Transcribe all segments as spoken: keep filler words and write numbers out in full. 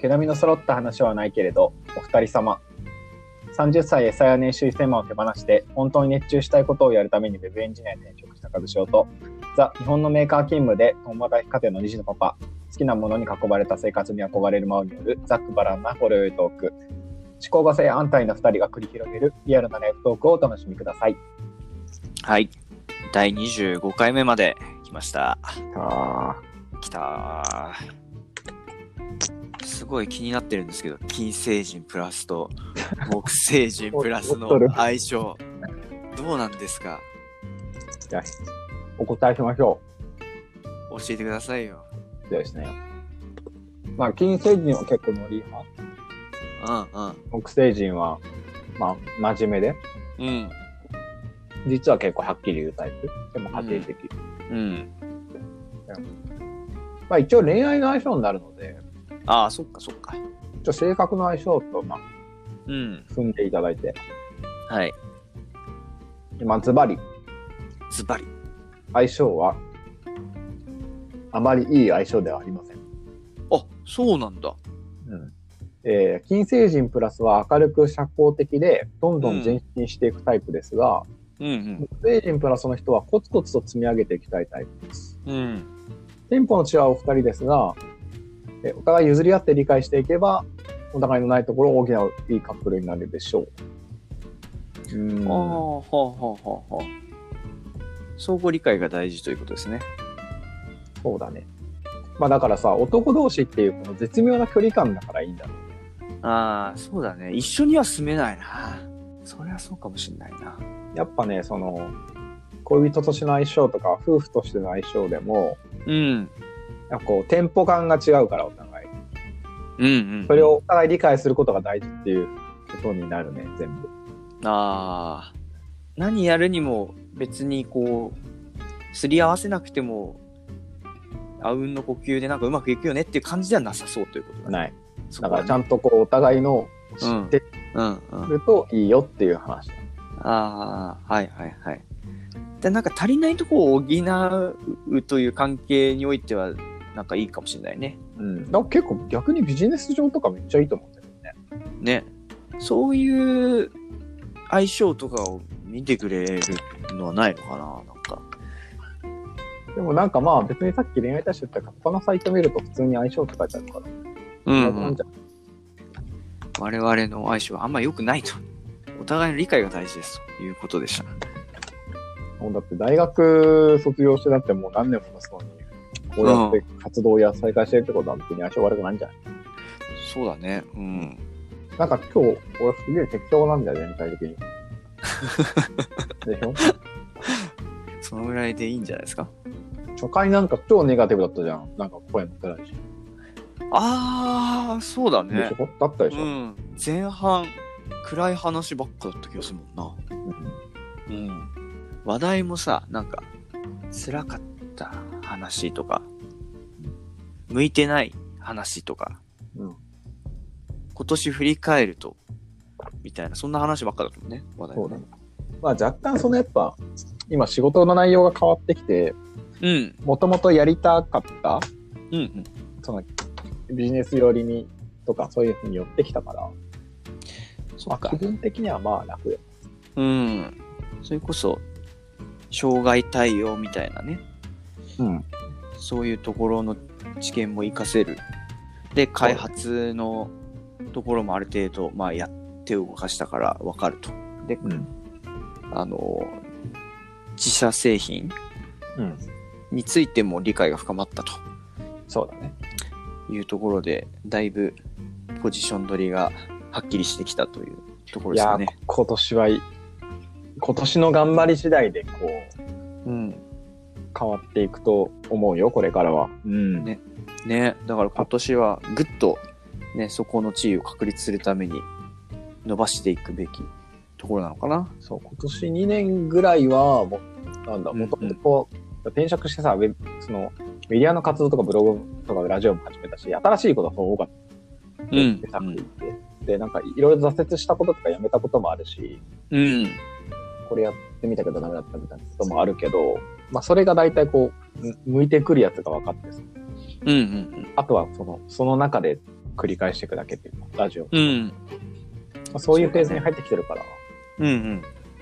毛並みの揃った話はないけれど、お二人様。さんじゅっさい餌や年収せんまんを手放して、本当に熱中したいことをやるためにウェブエンジニアに転職した和翔と、ザ・日本のメーカー勤務で共働き家庭のに児のパパ、好きなものに囲まれた生活に憧れるマオによるざっくばらんなほろ酔いトーク。思考が正反対なふたりが繰り広げるリアルなライフトークをお楽しみください。 はい。だいにじゅうごかいめまで来ました。 あ来たー。すごい気になってるんですけど、金星人プラスと木星人プラスの相性どうなんですか？ じゃあお答えしましょう。教えてくださいよ。 そうですね。まあ金星人は結構ノリ派。 うんうん。 木星人はまあ真面目で、 うん。 実は結構はっきり言うタイプ。でも家庭的。 うん。うん、 まあ一応恋愛の相性になるので。 ああ、そっかそっか。 ちょ性格の相性とまあ、 うん、 踏んでいただいて。 はい。 まあズバリ。 ズバリ。 相性はあまりいい相性ではありません。 あ、そうなんだ。 うん。えー、金星人プラスは明るく社交的でどんどん前進していくタイプですが、 うんうん、 木星人プラスの人はコツコツと積み上げていきたいタイプです。 うん。 テンポの違うお二人ですが、えお互い譲り合って理解していけば、お互いのないところを補ういいカップルになるでしょう。うーん。 ああ、はあはあはあはあ。相互理解が大事ということですね。 そうだね。まあだからさ、男同士っていうこの絶妙な距離感だからいいんだろうね。 ああ、そうだね。一緒には住めないな。そりゃそうかもしんないな。 やっぱね、その、恋人としての相性とか、夫婦としての相性でも、 うん。 やっぱこう、テンポ感が違うから、お互い。 うんうん、うん。 それをお互い理解することが大事っていうことになるね、全部。 ああ。何やるにも別にこう、すり合わせなくても、あうんの呼吸でなんかうまくいくよねっていう感じではなさそうということだね。 ない。 だだからちゃんとこう、お互いの知ってうんうん、 るといいよっていう話。 ああ、はいはいはい。で、なんか足りないところを補うという関係においては、なんかいいかもしれないね。 うん。だから結構逆にビジネス上とかめっちゃいいと思うんだよね。 ね。そういう相性とかを見てくれるのはないのかな、なんか。 でもなんかまあ別にさっき恋愛対象って他のサイト見ると普通に相性って書いてあるから。 うん、うん。我々の相性はあんま良くないと。お互いの理解が大事ですということでした。 もうだって大学卒業してだってもう何年も経つのに、こうやって活動や再開してるってことは別に相性悪くないんじゃない？ そうだね。うん。 なんか今日、俺すげえ適当なんだよ、全体的に。でしょ？ そのぐらいでいいんじゃないですか？ 初回なんか超ネガティブだったじゃん。なんか声も出ないし。 あー、そうだね。 でしょ？だったでしょ？ うん。前半、暗い話ばっかだった気がするもんな。うん。うん。話題もさ、なんか、辛かった話とか、向いてない話とか、 うん、 今年振り返ると、みたいな、そんな話ばっかだったもんね、話題、ね。 そうだね。まあ若干そのやっぱ、今仕事の内容が変わってきて、 うん。 もともとやりたかった、 うんうん。 そのビジネス寄りにとかそういうふうに寄ってきたから、 そうか。 まあ、気分的にはまあ楽よ。 うん。それこそ、障害対応みたいなね。 うん。 そういうところの知見も活かせる。で、開発のところもある程度、まあ、やって動かしたから分かると。で、うん、あの、自社製品についても理解が深まったと。 そうだね。 いうところで、だいぶポジション取りがはっきりしてきたというところですかね。 いや、今年は、今年の頑張り次第でこう、うん、変わっていくと思うよ、これからは。うん。 ね。ね。だから今年はぐっとね、そこの地位を確立するために伸ばしていくべきところなのかな。 そう、今年にねんぐらいは、もなんだ、もともとこう、転職してさ、その、メディアの活動とかブログとかラジオも始めたし、新しいことが多かった。うん。で、で、なんかいろいろ挫折したこととかやめたこともあるし、 うん。 これやってみたけどダメだったみたいなこともあるけど、まあそれが大体こう、向いてくるやつが分かってさ。 うんうんうん。 あとはその、その中で繰り返していくだけっていうか、ラジオ。 うん。 まあ、そういうフェーズに入ってきてるから。 うんうん。うん、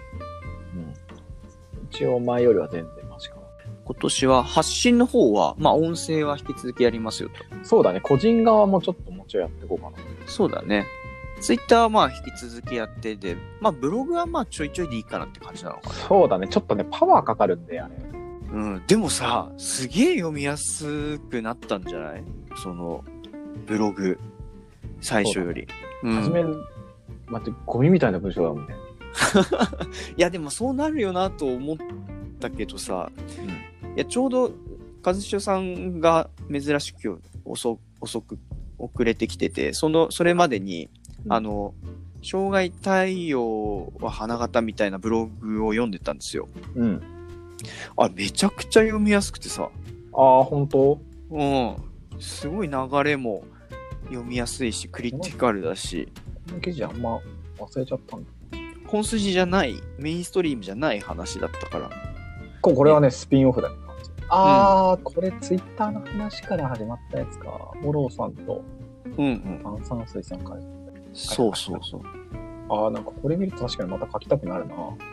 一応前よりは全然マシかな。 今年は発信の方は、まあ音声は引き続きやりますよと。 そうだね。個人側もちょっともうちょいやっていこうかな。 そうだね。ツイッターはまあ引き続きやってで、まあブログはまあちょいちょいでいいかなって感じなのかな。 そうだね。ちょっとね、パワーかかるんで、あれ。 うん。でもさ、すげえ読みやすくなったんじゃない？その、ブログ、最初より。うん、 初め、待って、ゴミみたいな文章だもんね。 いや、でもそうなるよなと思ったけどさ、うん、いや、ちょうど、和代さんが珍しく遅遅く遅れてきてて、その、それまでに、うん、あの、障害対応は花形みたいなブログを読んでたんですよ。 うん。 あれ、めちゃくちゃ読みやすくてさ。 ああ、本当？ うん。すごい流れも読みやすいし、クリティカルだし。 この記事あんま忘れちゃったんだ。 本筋じゃない、メインストリームじゃない話だったから。 これはね、スピンオフだね。あー、うん、これツイッターの話から始まったやつか。モローさんと、 うんうん。 炭酸水さんから。 そうそうそう。 あー、なんかこれ見ると確かにまた書きたくなるな。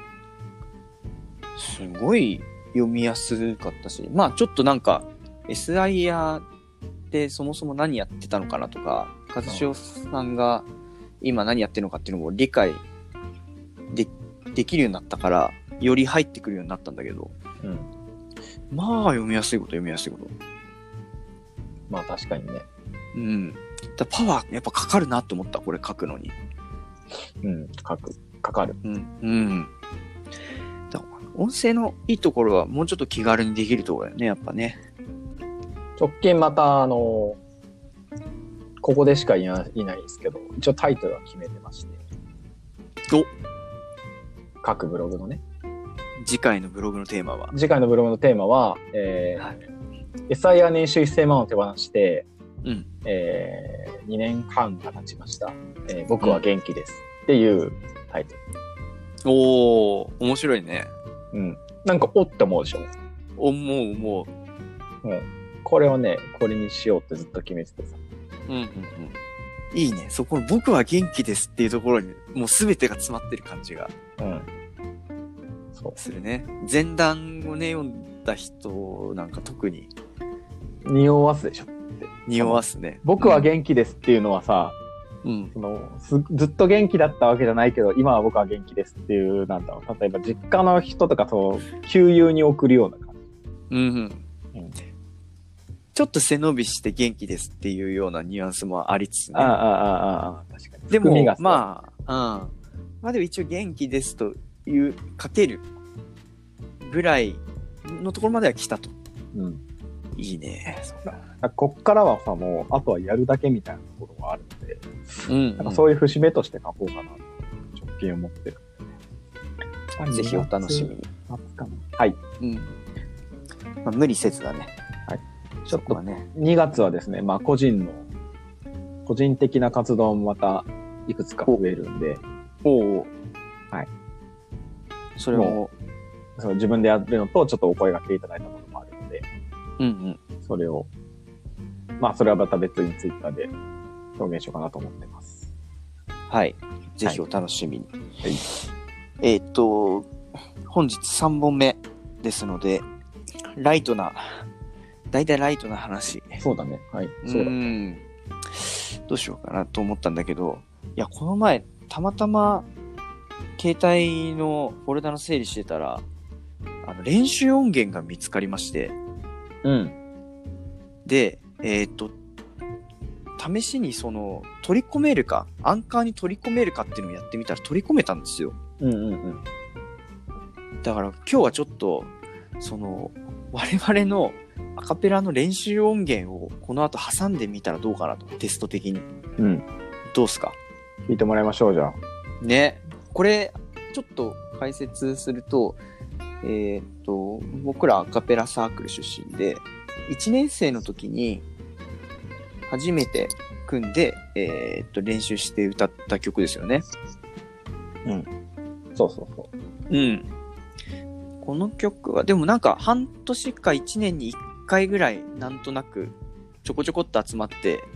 すごい読みやすかったし、まあちょっとなんか、エスアイ やってそもそも何やってたのかなとか、和代さんが今何やってるのかっていうのも理解で、できるようになったから、より入ってくるようになったんだけど、うん、まあ読みやすいこと読みやすいこと。 まあ確かにね。 うん。だパワーやっぱかかるなって思った、これ書くのに。 うん、書く。かかる。 うん。うん。だ音声のいいところはもうちょっと気軽にできるところだよね、やっぱね。 直近また、あの、ここでしかいない、いないですけど、一応タイトルは決めてまして。 お各ブログのね。 次回のブログのテーマは次回のブログのテーマは、えーはい、エスアイ や年収せんまんを手放して、うんえー、にねんかんが経ちました、えー。僕は元気です、うん、っていうタイトル。おー、面白いね。 うん。なんか、おって思うでしょ？ 思う思う。うん。これをね、これにしようってずっと決めててさ。 うんうんうん。いいね。そこの僕は元気ですっていうところに、もうすべてが詰まってる感じが。うん。そう。するね。前段をね、読んだ人なんか特に。 匂わすでしょって。 匂わすね。 僕は元気ですっていうのはさ、うん。そのすずっと元気だったわけじゃないけど、今は僕は元気ですっていう、なんだろう。例えば実家の人とかそう、給油に送るような感じ。 うんうん。うんちょっと背伸びして元気ですっていうようなニュアンスもありつつね。 ああ、ああ、ああ、確かに。 でも、まあ、うん。まあでも一応元気ですという、かけるぐらいのところまでは来たと。うん。いいね。 そうだ。こっからはさ、もう、あとはやるだけみたいなところがあるので、うん、うん。なんかそういう節目として書こうかなと、直近思ってるんでね。 ぜひお楽しみに。 はい。 うん。まあ、無理せずだね。 はい。ちょっとね、にがつはですね、まあ個人の、個人的な活動もまたいくつか増えるんで、 おお、 はい。 それもその自分でやるのと、ちょっとお声掛けいただいたものもあるので、 うんうん。 それを、まあそれはまた別にツイッターで表現しようかなと思ってます。 はい。ぜひお楽しみに。はい。えー、っと、本日さんぼんめですので、ライトな、大体ライトな話。 そうだね。はい。そうだね。 どうしようかなと思ったんだけど、いや、この前、たまたま、携帯のフォルダの整理してたら、あの、練習音源が見つかりまして、 うん。 で、えー、っと、試しにその、取り込めるか、アンカーに取り込めるかっていうのをやってみたら取り込めたんですよ。 うんうんうん。 だから今日はちょっと、その、我々のアカペラの練習音源をこの後挟んでみたらどうかなと、テスト的に。 うん。 どうすか？ 聞いてもらいましょう、じゃあ。 ね。これ、ちょっと解説すると、えー、っと、僕らアカペラサークル出身で、いちねん生の時に初めて組んで、えー、っと、練習して歌った曲ですよね。 うん。そうそうそう。 うん。この曲は、でもなんか半年かいちねんにいっかいぐらいなんとなくちょこちょこっと集まって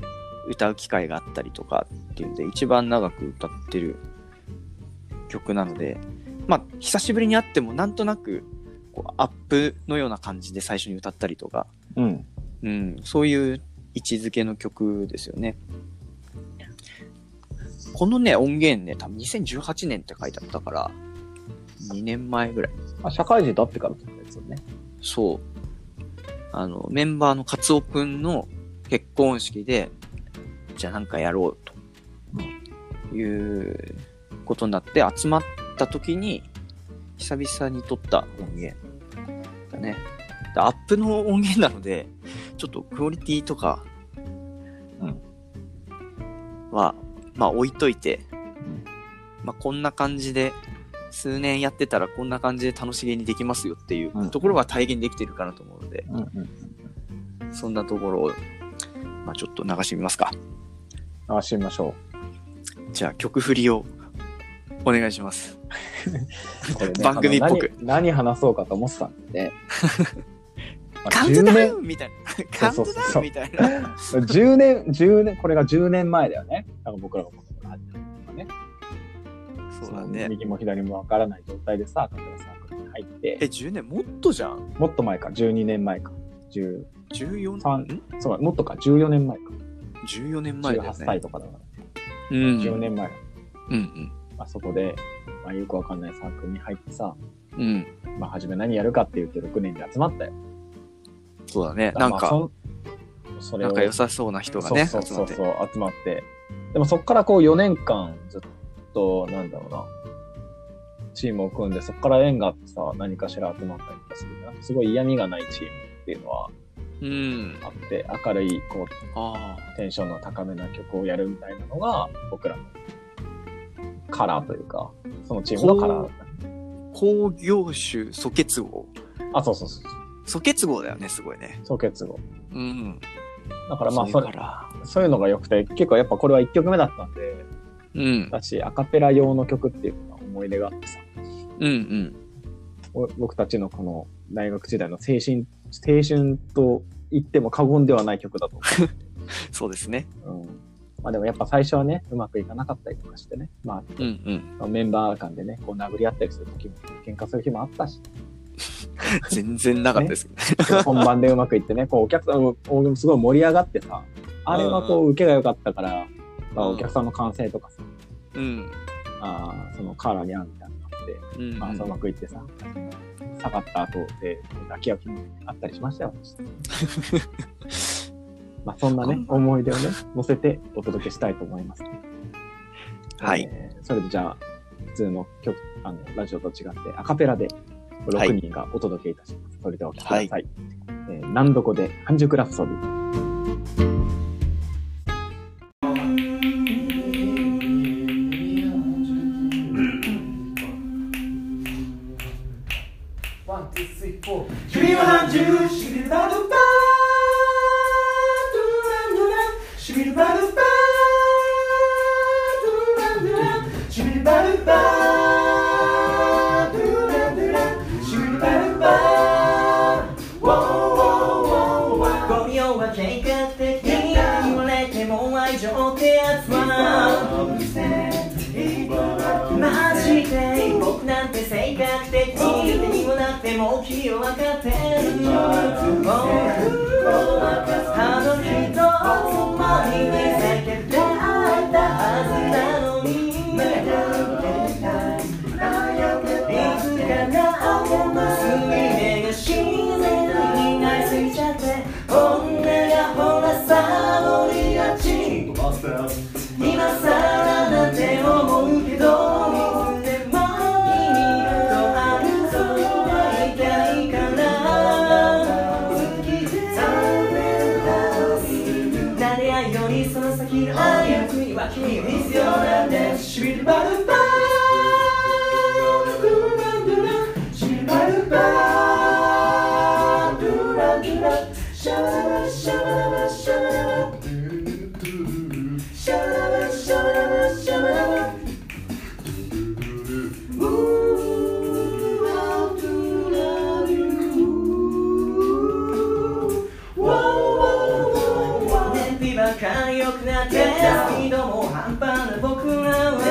歌う機会があったりとかっていうんで一番長く歌ってる曲なので、まあ久しぶりに会ってもなんとなくこうアップのような感じで最初に歌ったりとか、 うんうん、そういう位置づけの曲ですよね。このね音源ね多分にせんじゅうはちねんって書いてあったからにねんまえぐらい。 あ、社会人経ってからってことですよね。 そう。あの、メンバーのカツオくんの結婚式で、じゃあなんかやろうということになって集まった時に、久々に撮った音源だね。アップの音源なので、ちょっとクオリティとかは、まあ置いといて、まあこんな感じで、数年やってたらこんな感じで楽しげにできますよっていうところは体現できてるかなと思うので、うんうん、そんなところを、まあ、ちょっと流してみますか。 流してみましょう。じゃあ曲振りをお願いします。 これね、 番組っぽく何。何話そうかと思ってたんで、 カウントダウンみたいな。カウントダウンみたいな。 じゅうねん、じゅうねん、これがじゅうねんまえだよね。なんか僕らがこの始めたのがね。 そうだね。 右も左も分からない状態でさ、アカペラサークルに入って。 え、じゅうねんもっとじゃん。 もっと前か、じゅうにねんまえか。 じゅうよねんそう、もっとか、じゅうよねんまえか。 じゅうよねんまえだよね。 じゅうはっさいとかだからね。うん。 じゅうねんまえだ。 うんうん。 まあ、そこで、まあ、よくわかんないサークルに入ってさ、 うん。 まあ、初め何やるかって言ってろくねんで集まったよ。 そうだね。なんか、 そそれなんか良さそうな人がね、 そうそうそうそう、集まって。でもそこからこうよねんかんずっと、なんだろうな、チームを組んで、そこから縁があってさ、何かしら集まったりとかする。なんかすごい嫌味がないチームっていうのはあって、うん、明るい、こう、あテンションの高めな曲をやるみたいなのが、僕らのカラーというか、そのチームのカラーだったね。 工業種素結合。 あ、そうそうそう。 素結合だよね、すごいね。 素結合。 うん。 だからまあそれ、そういうのが良くて、結構やっぱこれはいっきょくめだったんで、 うん。 だし、アカペラ用の曲っていうのが思い出があってさ。 うんうん。僕たちのこの大学時代の青春、青春と言っても過言ではない曲だと思う。 そうですね。 うん。まあでもやっぱ最初はね、うまくいかなかったりとかしてね。まあ、 うんうん、 メンバー間でね、こう殴り合ったりする時も、喧嘩する日もあったし。 全然なかったですけどね。本番でうまくいってね、こうお客さんもすごい盛り上がってさ、あれはこう受けが良かったから、まあ、お客さんの歓声とかさ、 うん、 あそのカーラに合うみたいなのがあって、うんうん、まあ、うまくいってさ、下がった後で抱き合う気もあったりしましたよ。まあそんなね、思い出をね、乗せてお届けしたいと思います、ね。 はい、 えー。それでじゃあ、普通の曲、あの、ラジオと違ってアカペラでろくにんがお届けいたします。はい、それではお聴きください。はい、えー、何どこで半熟ラプソディ。 君は半熟しびるバルバードゥランドランしびるバルバードゥランドランしびるバルバードゥランドランしびるバルバーウォーウォーウォーウォーゴミ用は計画的に言われても愛情ってやつはマジで僕なんて性格的に言わなくても君は分かってる僕あの日と共に避けてあったはずなのにいつかな娘が自然になりすぎちゃって女がほらサボりがち今さらなんて思うけど「 やってスピードも半端な僕らは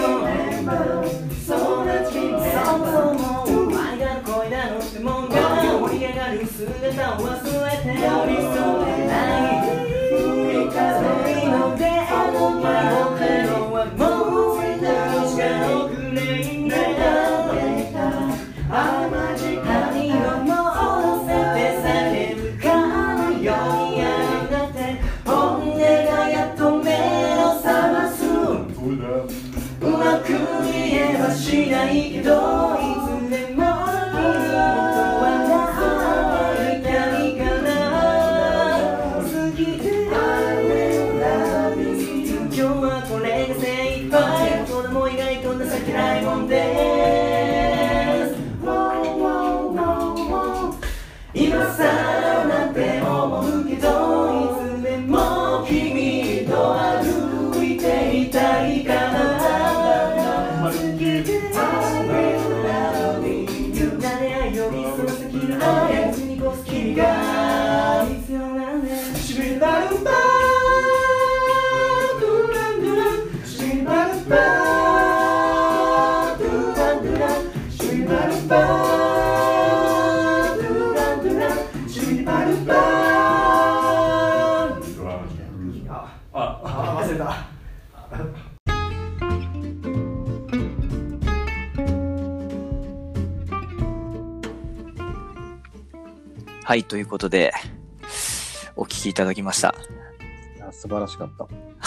そんな君そもそも愛だの恋だのってもんが盛り上がる姿を忘れて寄り添えない振り返りの出会いの前の手のはもう少しが遅れになったあまじかに思わせて叫ぶかのようにあなって本音がやっと目を覚ますうまく言えばしないけどいつでも君と笑いたいから好きで I will love you 今日はこれが精一杯大人も意外と情けないもんです今さらなんて思うけどいつでも君と歩いていたいから好きで I will love you 誰愛よりその先の愛別にこそ君が必要なんですしびればるばドゥランドゥランしびればるばドゥランドゥランしびればるばはい、ということで、お聞きいただきました。 いや素晴らしかった。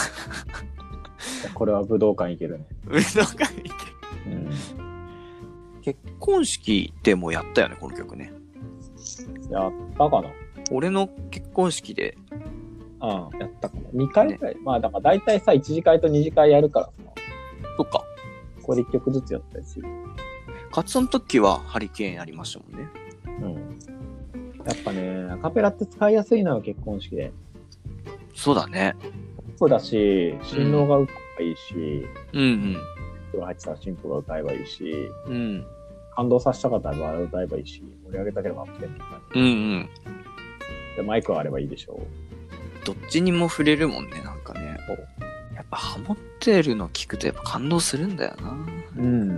これは武道館行けるね。 武道館行ける。うん、結婚式でもやったよね、この曲ね。 やったかな。 俺の結婚式で。 ああ、やったかな。にかいくらい、ね。まあ、だから大体さ、いち次会とに次会やるからさ。 そっか。 これいっきょくずつやったりする。 カツオの時はハリケーンやりましたもんね。 うん。やっぱね、アカペラって使いやすいのよ、結婚式で。 そうだね。 そうだし、新郎が歌えばいいし、 うんうん。 風呂入ってたら新婦が歌えばいいし、 うん。 感動させたかったら歌えばいいし、盛り上げたければアップテンポ。 うんうん。 で、マイクがあればいいでしょう。どっちにも触れるもんね、なんかね。やっぱハモってるの聞くとやっぱ感動するんだよな。 うん。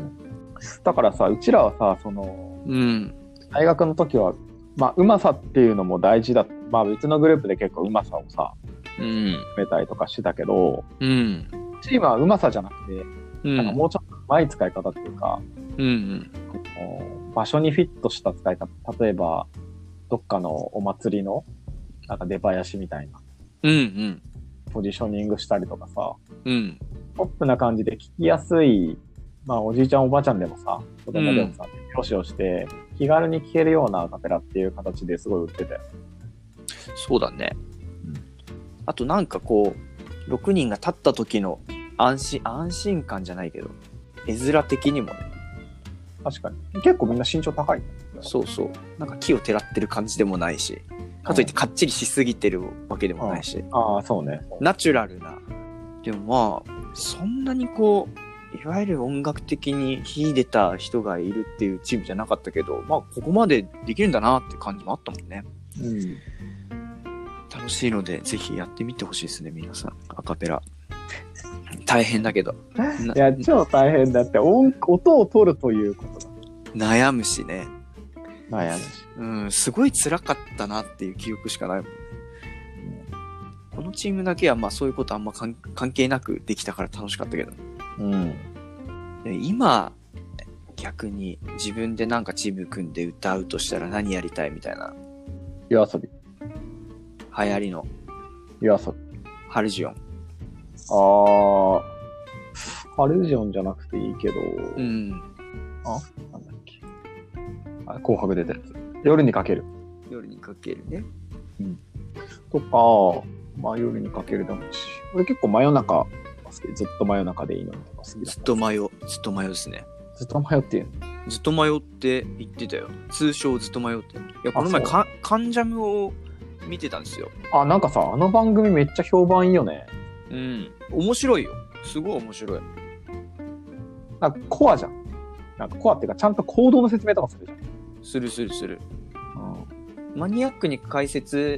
だからさ、うちらはさ、その、 うん。 大学の時は、まあ、うまさっていうのも大事だ。まあ、別のグループで結構うまさをさ、 うん。 決めたりとかしてたけど、 うん。 チームはうまさじゃなくて、 うん、 なんかもうちょっとうまい使い方っていうか、 うんうん、 場所にフィットした使い方。例えば、どっかのお祭りの、なんか出囃子みたいな、 うんうん、 ポジショニングしたりとかさ、 うん、 ポップな感じで聞きやすい、まあ、おじいちゃんおばあちゃんでもさ、子供でもさ、表紙をして、気軽に聴けるようなアカペラっていう形ですごい売ってたよ。 そうだね。 うん、 あとなんかこう、ろくにんが立った時の安心、安心感じゃないけど、絵面的にもね。 確かに。結構みんな身長高い。 そうそう。なんか木をてらってる感じでもないし、かといってかっちりしすぎてるわけでもないし。 うん、ああ、そうね。 ナチュラルな。でもまあ、そんなにこう、いわゆる音楽的に秀でた人がいるっていうチームじゃなかったけど、まあここまでできるんだなって感じもあったもんね。 うん、 楽しいのでぜひやってみてほしいですね、皆さん。アカペラ。大変だけど。 いや、超大変だって。音、音を取るということだ。悩むしね。 悩むし。 うん、すごい辛かったなっていう記憶しかないもんね。うん、このチームだけはまあそういうことあんま関係なくできたから楽しかったけど。 うん。 で今、逆に自分でなんかチーム組んで歌うとしたら何やりたいみたいな。 夜遊び。 流行りの。 夜遊び。 ハルジオン。 あー、ハルジオンじゃなくていいけど、 うん。 あ、なんだっけ。あ、紅白出たやつ。夜にかける。 夜にかけるね。 うん。とか、まあ夜にかけるでもいいし。俺結構真夜中、ずっと真夜中でいいのとか好きだ。 ずっと迷う。ずっと迷うですね。 ずっと迷っていうのずっと迷って言ってたよ。通称ずっと迷って。いや、この前か、カンジャムを見てたんですよ。 あ、なんかさ、あの番組めっちゃ評判いいよね。 うん。面白いよ。すごい面白い。 なんかコアじゃん。なんかコアっていうか、ちゃんと行動の説明とかするじゃん。 するするする。 うん、 マニアックに解説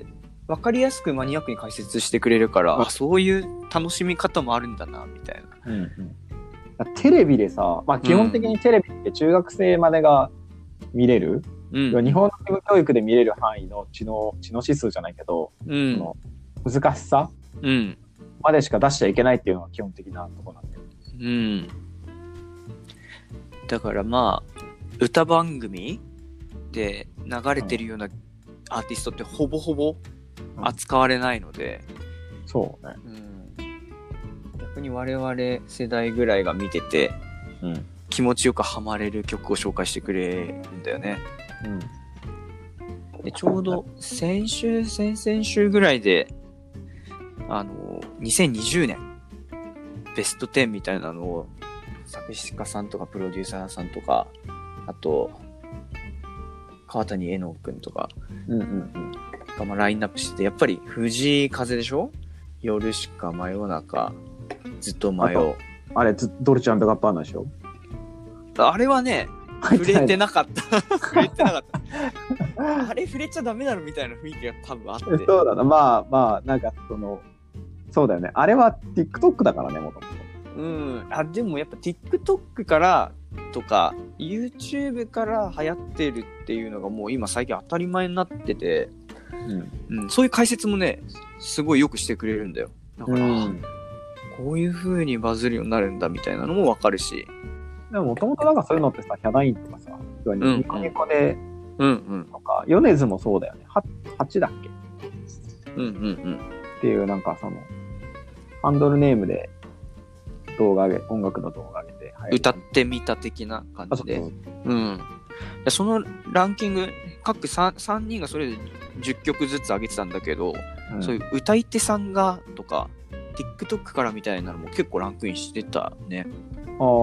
分かりやすくマニアックに解説してくれるから、あ、そういう楽しみ方もあるんだなみたいな。 うんうん、テレビでさ、まあ、基本的にテレビって中学生までが見れる、うん、日本の義務教育で見れる範囲の知能、知能指数じゃないけど、うん、その難しさ、うん、までしか出しちゃいけないっていうのが基本的なところなんだよ。 うん。だからまあ歌番組で流れてるようなアーティストってほぼほぼ扱われないので、 うん、そうね、うん、 逆に我々世代ぐらいが見てて、うん、気持ちよくハマれる曲を紹介してくれるんだよね、うん、でちょうど先週先々週ぐらいであのにせんにじゅうねんベストじゅうみたいなのを作詞家さんとかプロデューサーさんとか、あと川谷絵音くんとかが、うんうんうん、まあラインナップしてて、やっぱり藤井風でしょ、夜しか真夜中、ずっと迷う、 あ, あれドルチェ&ガッパーナでしょ。 あれはね触れてなかった触れてなかったあれ触れちゃダメだろみたいな雰囲気が多分あって、 そうだな、まあまあなんかそのそうだよね、あれは TikTok だからね、もともと。 うん、あでもやっぱ TikTok からとか YouTube から流行ってるっていうのがもう今最近当たり前になってて、うんうん、そういう解説もねすごいよくしてくれるんだよ。だから、うん、こういう風にバズるようになるんだみたいなのもわかるし、 でももともとなんかそういうのってさ、ヒャダインとかさ、ニコニコで、 うんうん、 とか米津もそうだよね、はちだっけ、 うんうんうん、 っていうなんかそのハンドルネームで動画上げ、音楽の動画上げて歌ってみた的な感じで、そうそうそう、うん、そのランキング各 3, さんにんがそれでじゅっきょくずつ上げてたんだけど、うん、そういう歌い手さんがとか TikTok からみたいなのも結構ランクインしてたね。 ああ、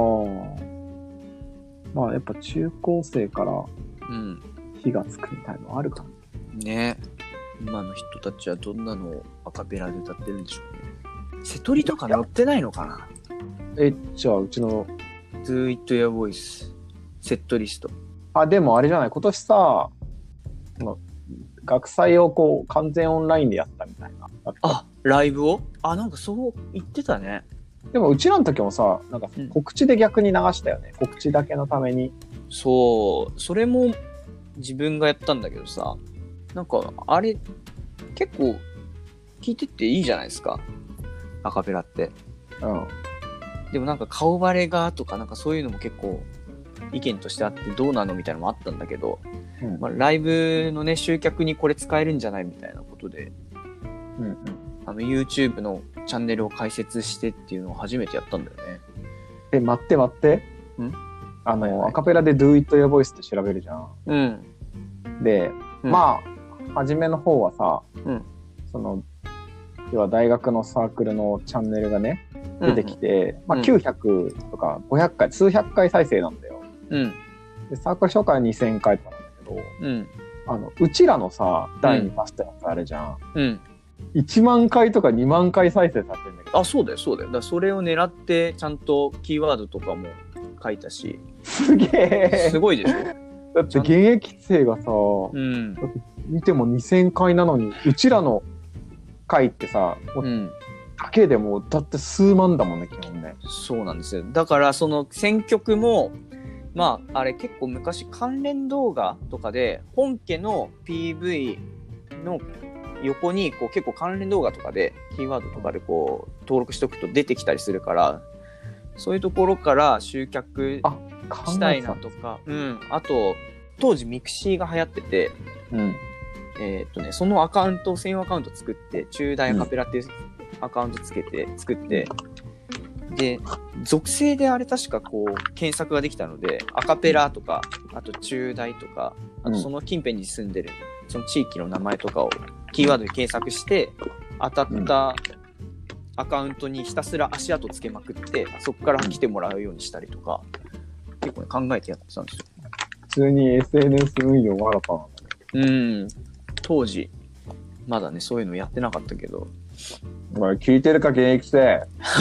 まあやっぱ中高生から火がつくみたいのあるかな、 うん、ね。今の人たちはどんなのをアカペラで歌ってるんでしょうね。瀬戸りとか載ってないのかな。 え、じゃあうちの Do It Your Voice セットリスト。 あ、でもあれじゃない、今年さ、学祭をこう完全オンラインでやったみたいな。 あ、ライブを？あ、なんかそう言ってたね。 でもうちらの時もさ、なんか告知で逆に流したよね、うん、告知だけのために。 そう、それも自分がやったんだけどさ、なんかあれ結構聞いてっていいじゃないですか、アカペラって。うん。でもなんか顔バレがとかなんかそういうのも結構意見としてあってどうなのみたいなのもあったんだけど、うん、まあ、ライブのね集客にこれ使えるんじゃないみたいなことで、うんうん、あの YouTube のチャンネルを開設してっていうのを初めてやったんだよね。 え、待って待って、んあの、はいはい、アカペラで Do It Your Voice って調べるじゃん。うん。で、うん、まあ初めの方はさ、うん、その要は大学のサークルのチャンネルがね出てきて、うん、まあ、きゅうひゃくとかごひゃっかい、数百回再生なんだよ、うん、でサークル紹介はにせんかいとかなんだけど、うん、あのうちらのさだいにパスタやつあれじゃん、うん、いちまんかいとかにまんかい再生されてるんだけど。 あ、そうだよそうだよ。だからそれを狙ってちゃんとキーワードとかも書いたし、 すげえすごいでしょ。 だって現役生がさ、うん、だって見てもにせんかいなのにうちらの回ってさ、もううんだけでもだって数万だもんね、基本ね。 そうなんですよ。だからその選曲もまああれ結構昔関連動画とかで本家の ピーブイ の横にこう結構関連動画とかでキーワードとかでこう登録しておくと出てきたりするから、そういうところから集客したいなとか、うん、あと当時ミクシーが流行ってて、うん、えーっとねそのアカウント専用アカウント作って中大アカペラっていう、うんアカウントつけて作ってで属性であれ確かこう検索ができたのでアカペラとかあと中大とかあとその近辺に住んでるその地域の名前とかをキーワードで検索して当たったアカウントにひたすら足跡つけまくってそこから来てもらうようにしたりとか結構、ね、考えてやってたんですよ。 普通に エスエヌエス 運用わらかなんだね。うん当時まだねそういうのやってなかったけど。 お前聞いてるか現役生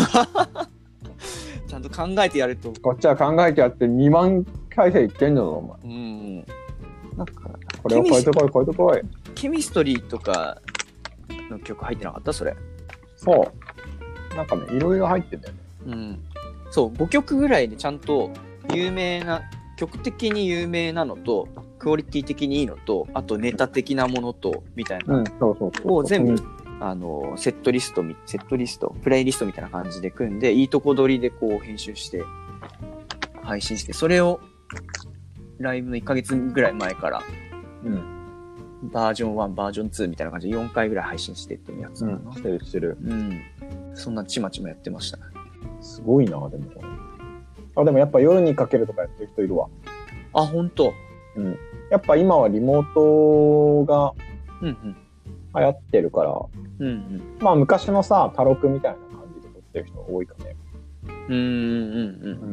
ちゃんと考えてやるとこっちは考えてやってにまん回生いってんじゃんお前。うんなんかこれを超えてこい超えてこい。 ケミストリーとかの曲入ってなかったそれ。 そうなんかねいろいろ入ってんだよね。 うんそうごきょくぐらいでちゃんと有名な曲的に有名なのとクオリティ的にいいのとあとネタ的なものとみたいな、 うんそうそうそうを全部あのセットリストみセットリストプレイリストみたいな感じで組んでいいとこ取りでこう編集して配信してそれをライブのいっかげつぐらい前から、 うん、 バージョンワンバージョンツーみたいな感じでよんかいぐらい配信してっていうやつ、 うん、してるしてる、 うん、そんなちまちまやってました。 すごいな。でもあでもやっぱ夜にかけるとかやってる人いるわ。 あ本当。 うん。やっぱ今はリモートがうんうん流行ってるから、 うんうん、 まあ昔のさタロクみたいな感じで撮ってる人多いかね。 うんうんうん、うん、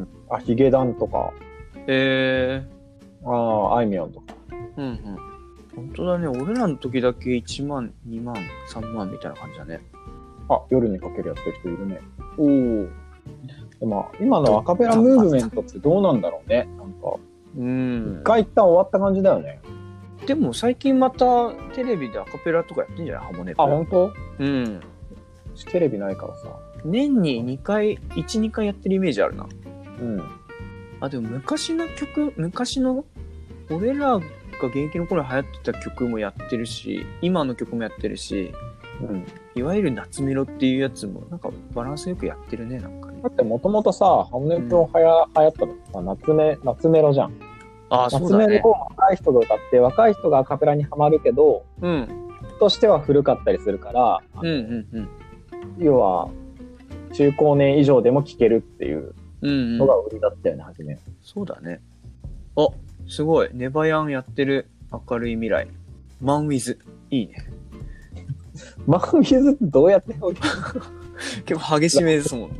あヒゲダンとか、 えー、ああいみょんとか。 うんうん本当だね。俺らの時だけいちまんにまんさんまんみたいな感じだね。 あ夜にかけるやってる人いるね。 おお。 でも今のアカペラムーブメントってどうなんだろうね。なんかうん一回一旦終わった感じだよね。 でも最近またテレビでアカペラとかやってんじゃないハモネプ。 あ本当？ うんテレビないからさ。 年ににかいいち、にかいやってるイメージあるな。 うんあでも昔の曲昔の俺らが現役の頃に流行ってた曲もやってるし今の曲もやってるし、 うん、 いわゆる夏メロっていうやつもなんかバランスよくやってるねなんかね。 だってもともとさハモネプロはや、うん、流行ったのさ夏メ夏メロじゃん。 あそうだね、 夏メロを若い人が歌って若い人がアカペラにハマるけど、 うん、 としては古かったりするから、 うんうんうん、 要は中高年以上でも聴けるっていうのが売りだったよね、初め。 そうだね。あすごいネバヤンやってる明るい未来マンウィズいいね。 マンウィズってどうやって表現結構激しめですもんね。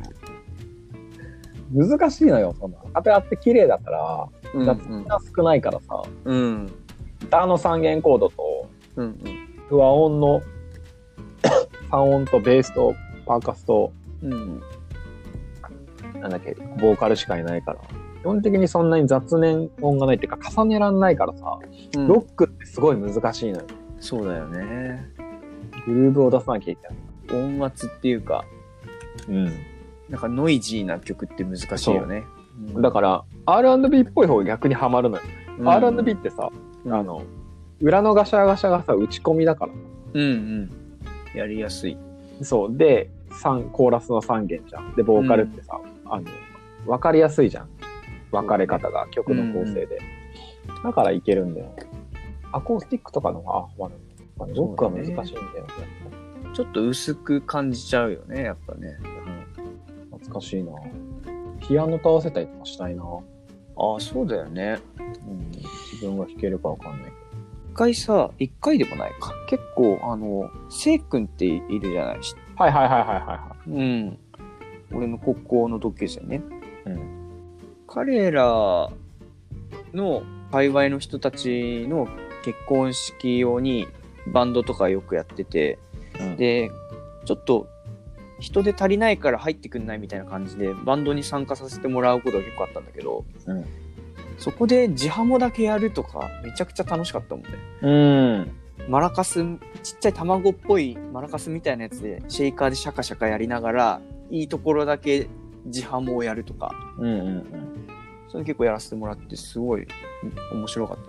難しいのよそんなアカペラって綺麗だから、 うんうん、 雑音が少ないからさ、 うん、 ギターのさん弦コードと、 うんうん、 不和音のさん音とベースとパーカスと、 うん、 なんだっけボーカルしかいないから基本的にそんなに雑念音がないっていうか重ねらんないからさ、うん、ロックってすごい難しいのよ。 そうだよね。 グルーブを出さなきゃいけない。 音圧っていうか、うん、なんかノイジーな曲って難しいよね。 うん、だから アールアンドビー っぽい方が逆にハマるのよ。うん、アールアンドビー ってさ、うん、あの裏のガシャガシャがさ打ち込みだから。 うんうん。やりやすい。 そうでさんコーラスのさん弦じゃん。でボーカルってさ、うん、あの分かりやすいじゃん。分かれ方が曲の構成で、うんうん、だからいけるんだよ。アコースティックとかの方がハマる。ロックは難しいんだよ、ね、 ちょっと薄く感じちゃうよねやっぱね、 うん、懐かしいな。ピアノと合わせたりとかしたいな。 ああそうだよね、 うん、自分が弾けるかわかんないけど一回さ一回でもないか結構あのせいくんっているじゃない。 はいはいはいはいはい、 うん俺の高校の同級生ね、 うん、 彼らの界隈の人たちの結婚式用にバンドとかよくやってて、うん、でちょっと人手足りないから入ってくんないみたいな感じでバンドに参加させてもらうことが結構あったんだけど、 うん、 そこで地ハモだけやるとかめちゃくちゃ楽しかったもんね。 うんマラカスちっちゃい卵っぽいマラカスみたいなやつでシェイカーでシャカシャカやりながらいいところだけ地ハモをやるとか、 うんうんうん、 それ結構やらせてもらってすごい面白かった。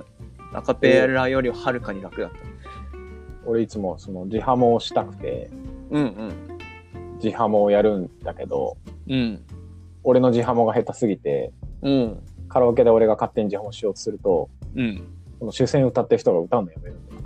アカペラよりははるかに楽だった。 俺いつもその地ハモをしたくて、 うんうん、 地ハモをやるんだけど、 うん、 俺の地ハモが下手すぎて、 うん、 カラオケで俺が勝手に地ハモしようとすると、 うん、 その主戦歌ってる人が歌うのやめるんだよ。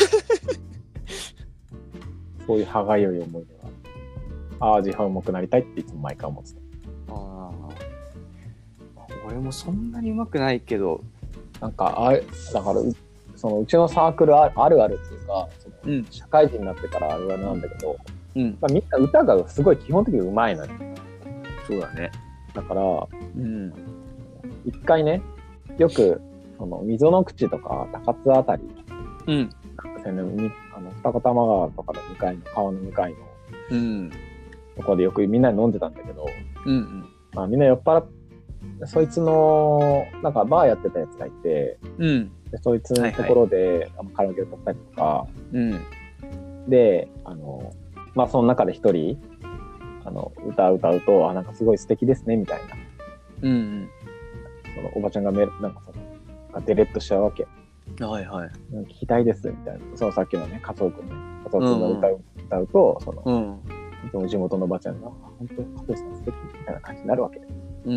そういう歯がゆい思い出がああ地ハモ上手くなりたいっていつも毎回思ってた。 あ俺もそんなに上手くないけどなんかあだからそのうちのサークルあるあるっていうかその、うん、社会人になってからあるあるなんだけど、 うんまあ、みんな歌がすごい基本的に上手いのよ。 そうだね。 だから、 うん、 一回ねよくその溝の口とか高津あたり、 うん、 あの二子玉川とかの向かいの川の向かいの、 うん、 ところでよくみんなで飲んでたんだけど、 うんうんまあ、みんな酔っ払ってそいつのなんかバーやってたやつがいて、 うん、 でそいつのところで、はいはい、カラオケ歌ったりとか、 うん、 で、あの、まあ、その中で一人、あの、歌う歌うと、あ、なんかすごい素敵ですね、みたいな。 うん、 そのおばちゃんがめ、なんかその、なんかデレッとしちゃうわけ。 うん。はいはい。 聞きたいです、みたいな。そのさっきのね、カツオ君ね。カツオ君が歌う、うん、歌うと、その、うん、その地元のおばちゃんが、本当にカツオさん素敵みたいな感じになるわけ。うんうん。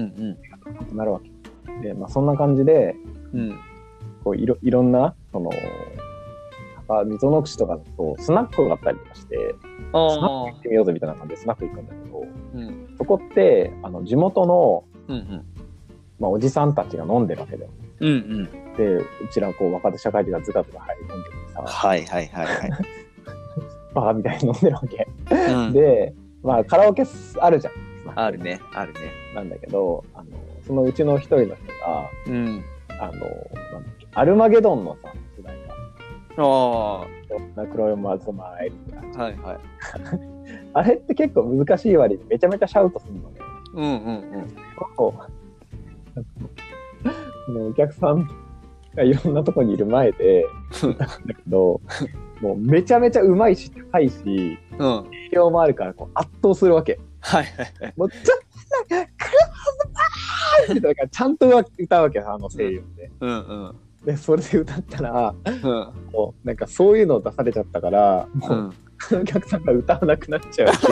なるわけ。で、まあ、そんな感じで、うん、こういろいろんなその溝の口とかだとスナックがあったりとかして、スナック行ってみようぜみたいな感じでスナック行くんだけど、うん、そこってあの地元の、うんうんまあ、おじさんたちが飲んでるわけだよ。うんうん、でうちらこう若手社会人がズカズカ入り込んでてさ、はいはいはいはい、バカみたいに飲んでるわけ。うん、で、まあカラオケあるじゃん。 あるねあるね。 なんだけど、あのそのうちの一人の人が、うん、あのなんだっけアルマゲドンのさ主題歌、ああ、クロヨマズマイルみたいな。はいはい。あれって結構難しい割にめちゃめちゃシャウトするのね。うんうんうん。もうお客さんがいろんなとこにいる前で歌うんだけど、もうめちゃめちゃうまいし高いし、うん、栄養もあるからこう圧倒するわけ。はいはいはい。もうちょっとクロヨマズマイルだからちゃんと歌うわけあの声優で。うんうん。でそれで歌ったら、うん、もうなんかそういうのを出されちゃったから、もう、うん、お客さんが歌わなくなっちゃうわけ。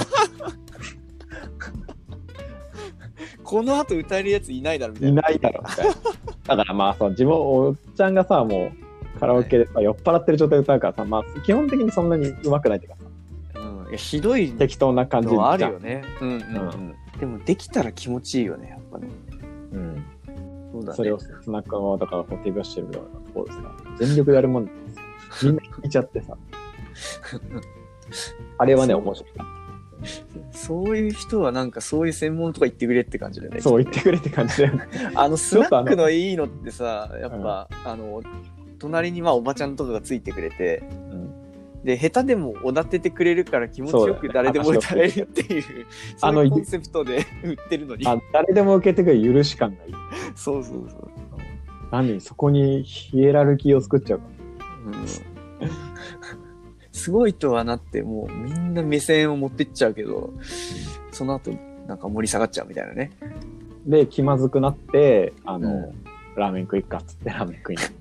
この後歌えるやついないだろみたいな。いないだろみたいな。だからまあその自分おっちゃんがさもうカラオケで、はい、酔っ払ってる状態で歌うからさ、まあ基本的にそんなに上手くないっていうかさ、うん、いやひどい適当な感じのあるよね。うんうんうん。でもできたら気持ちいいよねやっぱね。うん。 そうだね、それをスナック側だから手拍子してるようなところでさ、全力でやるもんですよ。みんな聞いちゃってさ。あれはね、面白い。 そういう人はなんかそういう専門とか言ってくれって感じだよね。 そう言ってくれって感じだよね。 あのスナックのいいのってさ、やっぱ、うん、あの隣にまあおばちゃんとかがついてくれて、うん、で下手でもおだててくれるから気持ちよく誰でも歌えるっていう、そういうコンセプトで売ってるのに。 あ誰でも受けてくれる許し感がいい。 そうそうそう。 何そこにヒエラルキーを作っちゃうか、うん、 すごいとはなってもうみんな目線を持ってっちゃうけど、その後なんか盛り下がっちゃうみたいなね。 で気まずくなってあの、うん、ラーメン食いっかっつってラーメン食いに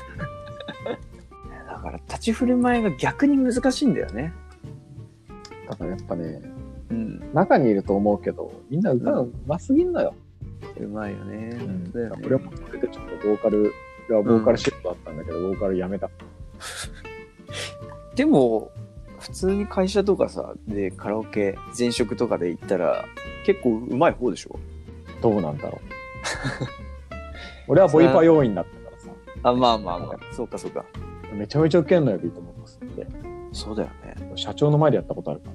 だから立ち振る舞いが逆に難しいんだよね。 だからやっぱね、うん、中にいると思うけどみんな歌うますぎんのよ、 うん、うまいよね。うん、 だよね。俺もちょっとボーカルがボーカルシフトだったんだけど、うん、ボーカルやめた。 でも普通に会社とかさでカラオケ前職とかで行ったら結構うまい方でしょ。 どうなんだろう。俺はボイパ要員だったからさ。 あまあまあまあそうかそうか。 めちゃめちゃウケんのよビートボックスって。 そうだよね。 社長の前でやったことあるから。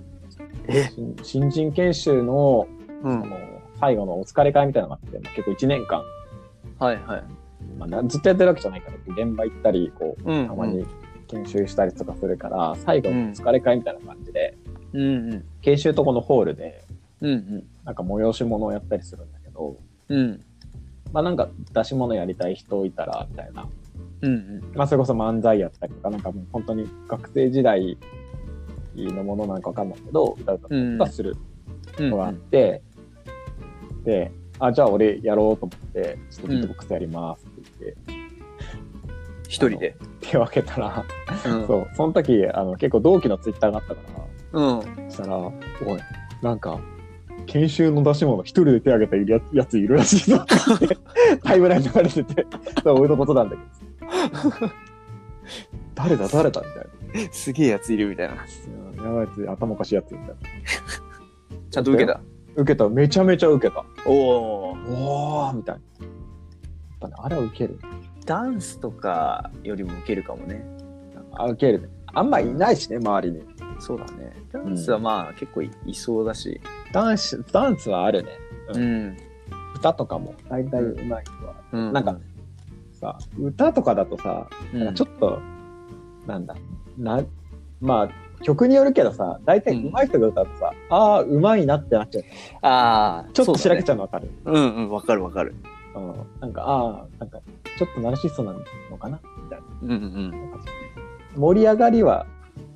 え新人研修の、うん、その最後のお疲れ会みたいなのがあって、まあ、結構いちねんかん。はいはい。まあ、ずっとやってるわけじゃないから現場行ったりこう、うんうん、たまに研修したりとかするから最後のお疲れ会みたいな感じで、うんうん、研修とこのホールで、うんうん、なんか催し物をやったりするんだけど、うん、まあなんか出し物やりたい人いたらみたいな、うんうんまあ、それこそ漫才やったりとかなんかもう本当に学生時代のものなんかわかんないけど歌うとかするのがあって、うんうん、であじゃあ俺やろうと思ってちょっとビートボックスやりますって言って、 うん、一人で手を開けたら、うん、そうその時あの結構同期のツイッターがあったから、うん、そしたらおいなんか研修の出し物一人で手を挙げたや, やついるらしいぞってタイムライン流れててそう俺のことなんだけど誰だ誰だみたいなすげえやついるみたいなやばいやつ頭おかしいやつみたいなちゃんと受けた受けためちゃめちゃ受けたおおおーみたいなやっぱねあれは受けるダンスとかよりも受けるかもねあ受けるねあんまいないしね周りにそうだねダンスはまあ、うん、結構 い, いそうだしダンスダンスはあるね、うん、うん、歌とかも大体うまい人は、うん、なんかさ歌とかだとさ、うん、なんかちょっとなんだなまあ曲によるけどさ大体上手い人が歌うとさ、うん、ああ上手いなってなっちゃうああちょっとしらけちゃうの分かるう、ね、うんうん分かる分かる、 うん、なんかああなんかちょっとナルシストなのかなみたいな、うんうん、盛り上がりはす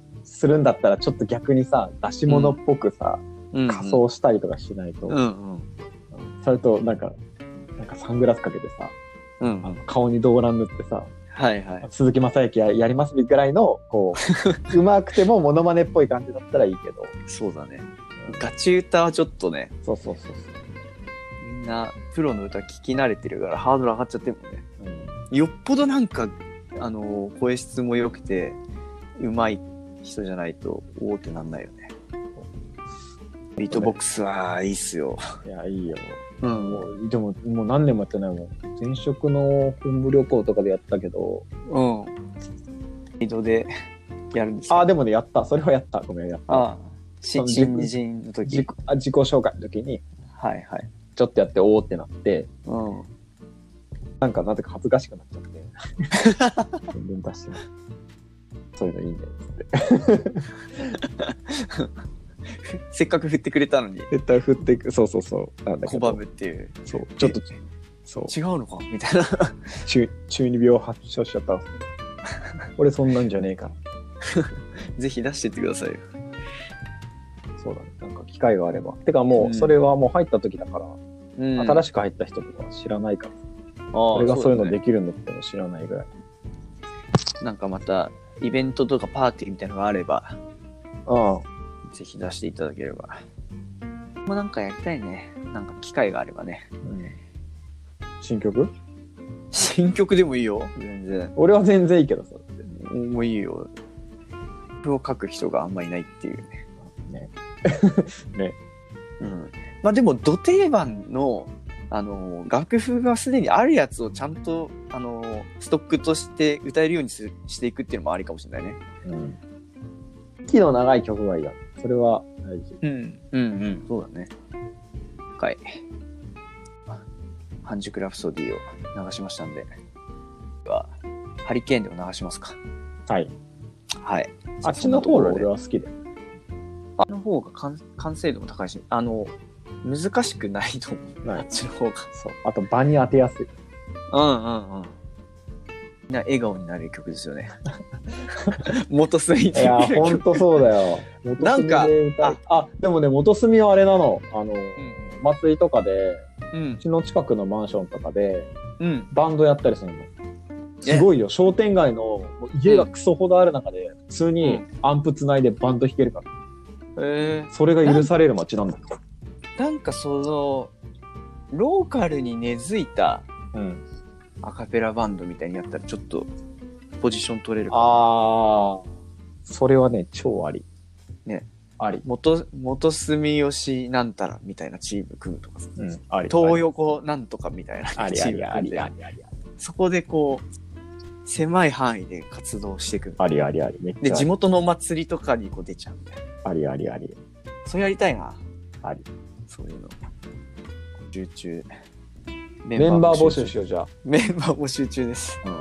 するんだったらちょっと逆にさ出し物っぽくさ、うん、仮装したりとかしないと、うんうん、それとなんかなんかサングラスかけてさ、うん、あの顔に動乱塗ってさ、はいはい、鈴木雅之 や, やりますぐらいのこううまくてもモノマネっぽい感じだったらいいけどそうだね、うん、ガチ歌はちょっとねそうそうそうそうみんなプロの歌聞き慣れてるからハードル上がっちゃってるもんね、うん、よっぽどなんかあの声質も良くてうまい人じゃないとおーってなんないよね。ビートボックスはいいっすよ。 いやいいよ。うん、もうでももう何年もやってないもん。前職の本部旅行とかでやったけど、うん。 移動でやるんですか。 あでもねやった。それはやった。ごめんやった。あ新人の時自己あ自己紹介の時に、 はいはい。 ちょっとやっておーってなって、うん。なんかなぜか恥ずかしくなっちゃって。全然出してない。そういうのいいんだよってせっかく振ってくれたのに絶対振っていくそうそうそうなんだけど拒むっていうそうちょっとそう違うのかみたいな中中二病発症しちゃったんですけど俺そんなんじゃねえからぜひ出してってくださいよ。 そうだねなんか機会があればてかもうそれはもう入った時だから、うん、新しく入った人とかは知らないから、うん、俺がそういうのできるんだっての知らないぐらい、 なんかまたイベントとかパーティーみたいなのがあれば、ああぜひ出していただければ。もうなんかやりたいね。なんか機会があればね。うん、 新曲？ 新曲でもいいよ。全然。 俺は全然いいけどさ。 もういいよ。曲を書く人があんまいないっていうね。ね。ね。うん。まあでもど定番のあの楽譜がすでにあるやつをちゃんとあのストックとして歌えるようにすしていくっていうのもありかもしれないね。うん。 息の長い曲がいいや。それは大事。 うんうんうんそうだね。はい。半熟ラプソディを流しましたんで、はハリケーンでも流しますか。 はい。 はい。 あっちの方が俺は好きで。 あっちの方が完完成度も高いし、あの。難しくないと思う。あっちの方が。 そう。あと場に当てやすい。 うんうんうん。みんな笑顔になる曲ですよね。元住いやほんとそうだよ。元住で歌い。あでもね元住はあれなの。あの、うん、祭りとかで、うん、うちの近くのマンションとかで、うん、バンドやったりするの。すごいよ。商店街の家がクソほどある中で、普通にアンプつないでバンド弾けるから。えー、それが許される街なんだよ。 なんかそのローカルに根付いたアカペラバンドみたいにやったらちょっとポジション取れるかな。 ああ、それはね超あり。 ね、あり。元元住吉なんたらみたいなチーム組むとかさ、うん、あり。東横なんとかみたいなチーム組んで、ありありありありあり。そこでこう狭い範囲で活動していく。 ありありあり。めっちゃあり。で地元のお祭りとかにこう出ちゃうみたいな。 ありありあり。 それやりたいな。 あり。 そういうの集中メンバー募集しようじゃあメンバー募集中です、うん、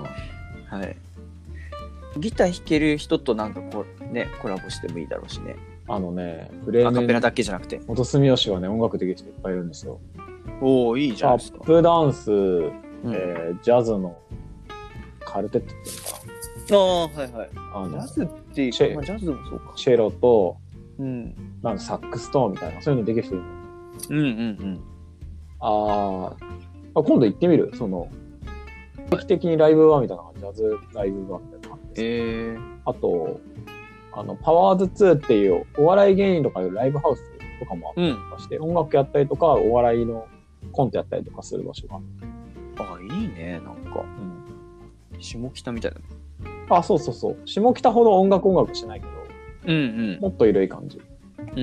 はいギター弾ける人となんかこうねコラボしてもいいだろうしね。 あのねフレーメンアカペラだけじゃなくて元住吉はね音楽できる人いっぱいいるんですよ。 おおいいじゃないですか。 アップダンス、うんえー、ジャズのカルテットっていうのかな。ああはいはいあのジャズっていう、まあ、ジャズもそうかチェロと、うん、なんかサックストーンみたいなそういうのできる人いるの。 うんうんうん。 ああ、今度行ってみる。その定期的にライブバーみたいなジャズライブバーみたいなのがあって、えー、あとあのパワーズツーっていうお笑い芸人とかいうライブハウスとかもあったりとかして、うん、音楽やったりとかお笑いのコントやったりとかする場所がある。 あいいねなんか、うん、下北みたいな。あそうそうそう下北ほど音楽音楽しないけど、うんうん、もっと緩い感じ。うん。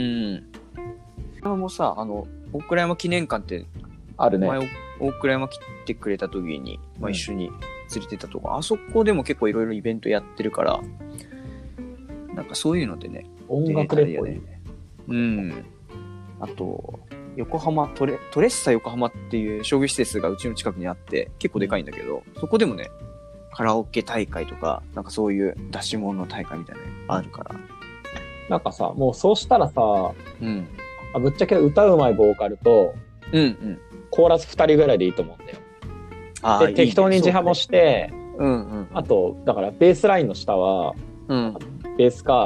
もさあの大倉山記念館ってあるね。 前大倉山来てくれた時に、まあ、一緒に連れてたとこ、うん、あそこでも結構いろいろイベントやってるからなんかそういうのでね音楽レポいいね。 うんあと横浜トレトレッサ横浜っていう商業施設がうちの近くにあって結構でかいんだけど、うん、そこでもねカラオケ大会とかなんかそういう出し物の大会みたいなのあるから、 なんかさもうそうしたらさ、うん、あぶっちゃけ歌うまいボーカルと、うんうん、コーラスふたりぐらいでいいと思うんだよ。あでいい、ね、適当に自ハモして、うんうん、あとだからベースラインの下は、うん、ベースか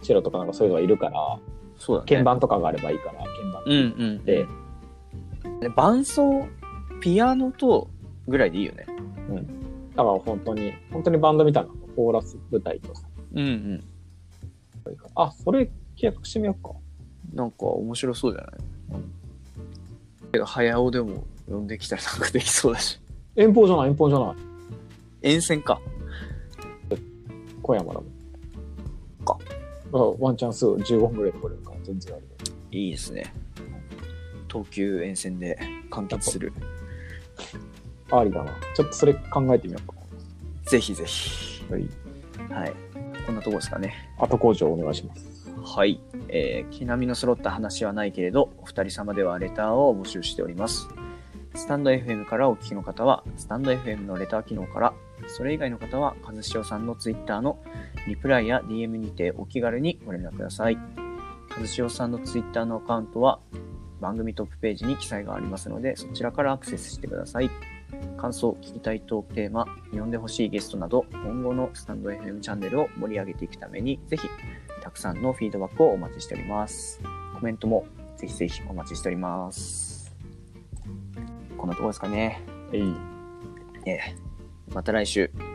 チェロとかなんかそういうのがいるから、 そうだね。 鍵盤とかがあればいいから、鍵盤うんうん。 で、 で伴奏、ピアノとぐらいでいいよね。 うん。だから本当に、本当にバンドみたいな、コーラス舞台とさ。 うんうん。 あ、それ契約してみようか。 なんか面白そうじゃない？けど、早尾でも呼んできたらなんかできそうだし。 遠方じゃない、遠方じゃない。 沿線か。 小山だもん。 か。 ワンチャンすぐじゅうごふんぐらいで来れるから全然ある。 いいですね。東急沿線で完結する。 ありだな。ちょっとそれ考えてみようか。 ぜひぜひ。 はい。 はい。こんなとこですかね。 後工場お願いします。 はい。えー、毛並みの揃った話はないけれど、お二人様ではレターを募集しております。スタンド エフエム からお聞きの方は、スタンド エフエム のレター機能から、それ以外の方は、和潮さんのツイッターのリプライや ディーエム にてお気軽にご連絡ください。和潮さんのツイッターのアカウントは、番組トップページに記載がありますので、そちらからアクセスしてください。感想、聞きたいトークテーマ、呼んでほしいゲストなど、今後のスタンド エフエム チャンネルを盛り上げていくために、ぜひ、たくさんのフィードバックをお待ちしております。コメントもぜひぜひお待ちしております。こんなところですかね。 えい。 ええ、また来週。